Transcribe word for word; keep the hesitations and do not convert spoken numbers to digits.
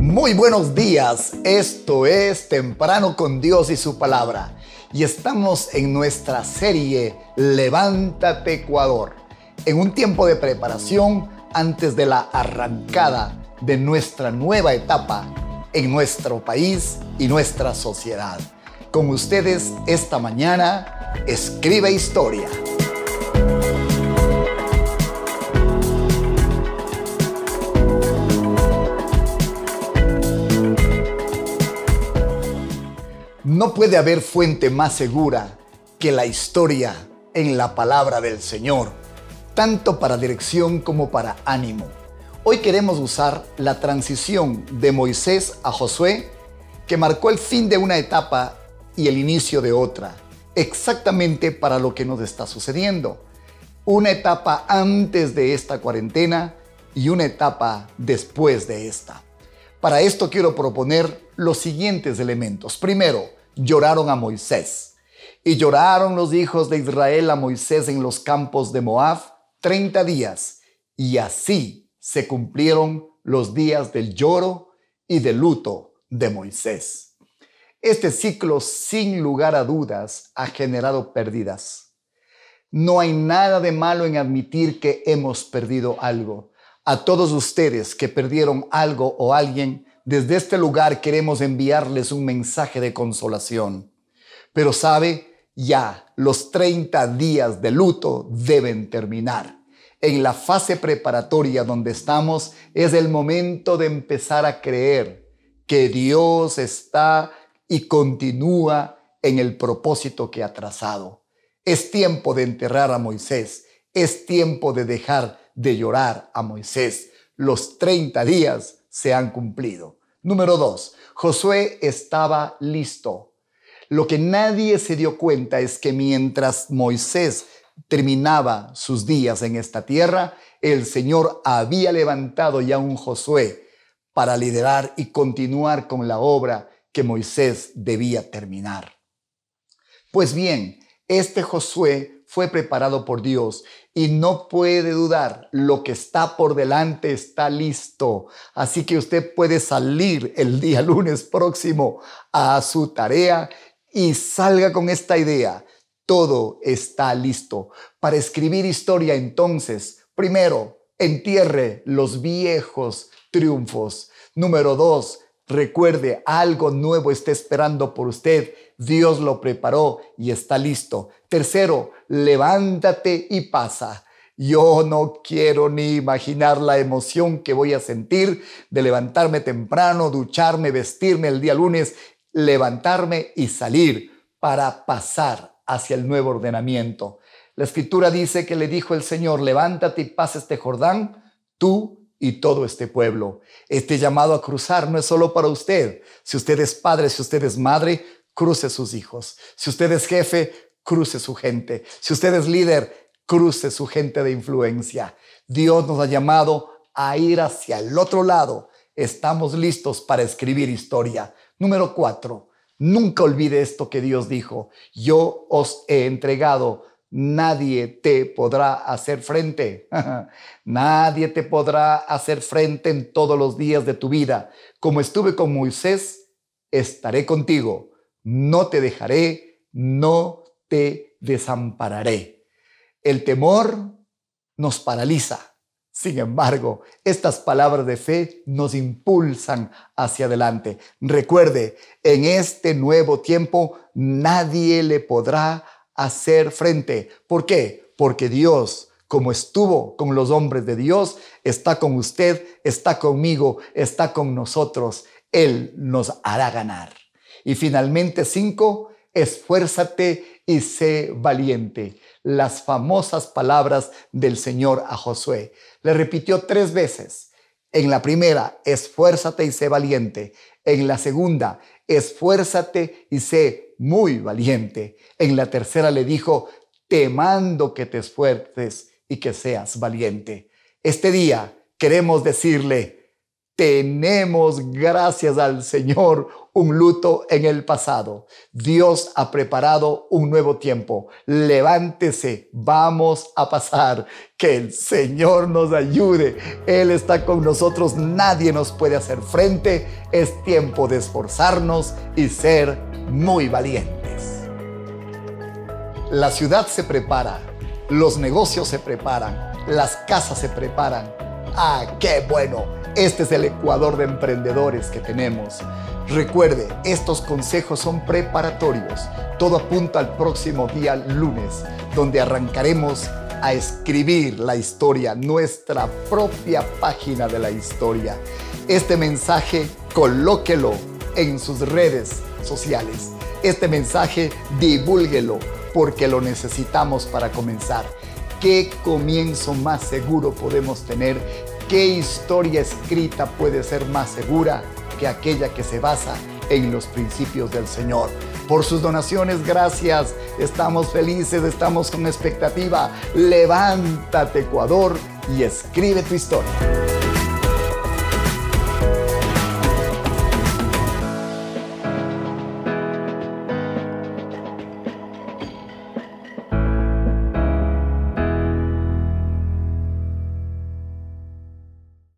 Muy buenos días, esto es Temprano con Dios y su Palabra y estamos en nuestra serie Levántate Ecuador, en un tiempo de preparación antes de la arrancada de nuestra nueva etapa en nuestro país y nuestra sociedad. Con ustedes esta mañana, Escribe Historia. No puede haber fuente más segura que la historia en la palabra del Señor, tanto para dirección como para ánimo. Hoy queremos usar la transición de Moisés a Josué, que marcó el fin de una etapa y el inicio de otra, exactamente para lo que nos está sucediendo. Una etapa antes de esta cuarentena y una etapa después de esta. Para esto quiero proponer los siguientes elementos. Primero, lloraron a Moisés. Y lloraron los hijos de Israel a Moisés en los campos de Moab treinta días. Y así se cumplieron los días del lloro y del luto de Moisés. Este ciclo, sin lugar a dudas, ha generado pérdidas. No hay nada de malo en admitir que hemos perdido algo. A todos ustedes que perdieron algo o alguien, desde este lugar queremos enviarles un mensaje de consolación. Pero sabe, ya los treinta días de luto deben terminar. En la fase preparatoria donde estamos es el momento de empezar a creer que Dios está y continúa en el propósito que ha trazado. Es tiempo de enterrar a Moisés. Es tiempo de dejar de llorar a Moisés. Los treinta días se han cumplido. Número dos, Josué estaba listo. Lo que nadie se dio cuenta es que mientras Moisés terminaba sus días en esta tierra, el Señor había levantado ya un Josué para liderar y continuar con la obra que Moisés debía terminar. Pues bien, este Josué fue preparado por Dios y no puede dudar, lo que está por delante está listo. Así que usted puede salir el día lunes próximo a su tarea y salga con esta idea. Todo está listo. Para escribir historia, entonces, primero, entierre los viejos triunfos. Número dos, recuerde, algo nuevo está esperando por usted. Dios lo preparó y está listo. Tercero, levántate y pasa. Yo no quiero ni imaginar la emoción que voy a sentir de levantarme temprano, ducharme, vestirme el día lunes, levantarme y salir para pasar hacia el nuevo ordenamiento. La Escritura dice que le dijo el Señor, levántate y pasa este Jordán, tú y todo este pueblo. Este llamado a cruzar no es solo para usted. Si usted es padre, si usted es madre, cruce sus hijos. Si usted es jefe, cruce su gente. Si usted es líder, cruce su gente de influencia. Dios nos ha llamado a ir hacia el otro lado. Estamos listos para escribir historia. Número cuatro, nunca olvide esto que Dios dijo. Yo os he entregado. Nadie te podrá hacer frente. Nadie te podrá hacer frente en todos los días de tu vida. Como estuve con Moisés, estaré contigo. No te dejaré, no te desampararé. El temor nos paraliza. Sin embargo, estas palabras de fe nos impulsan hacia adelante. Recuerde, en este nuevo tiempo nadie le podrá hacer frente. ¿Por qué? Porque Dios, como estuvo con los hombres de Dios, está con usted, está conmigo, está con nosotros. Él nos hará ganar. Y finalmente, cinco, esfuérzate y sé valiente. Las famosas palabras del Señor a Josué. Le repitió tres veces. En la primera, esfuérzate y sé valiente. En la segunda, esfuérzate y sé muy valiente. En la tercera le dijo, te mando que te esfuerces y que seas valiente. Este día queremos decirle, tenemos, gracias al Señor, un luto en el pasado. Dios ha preparado un nuevo tiempo. Levántese, vamos a pasar. Que el Señor nos ayude. Él está con nosotros, nadie nos puede hacer frente. Es tiempo de esforzarnos y ser muy valientes. La ciudad se prepara, los negocios se preparan, las casas se preparan. ¡Ah, qué bueno! Este es el Ecuador de emprendedores que tenemos. Recuerde, estos consejos son preparatorios. Todo apunta al próximo día lunes, donde arrancaremos a escribir la historia, nuestra propia página de la historia. Este mensaje, colóquelo en sus redes sociales. Este mensaje, divúlguelo, porque lo necesitamos para comenzar. ¿Qué comienzo más seguro podemos tener? ¿Qué historia escrita puede ser más segura que aquella que se basa en los principios del Señor? Por sus donaciones, gracias. Estamos felices, estamos con expectativa. Levántate, Ecuador, y escribe tu historia.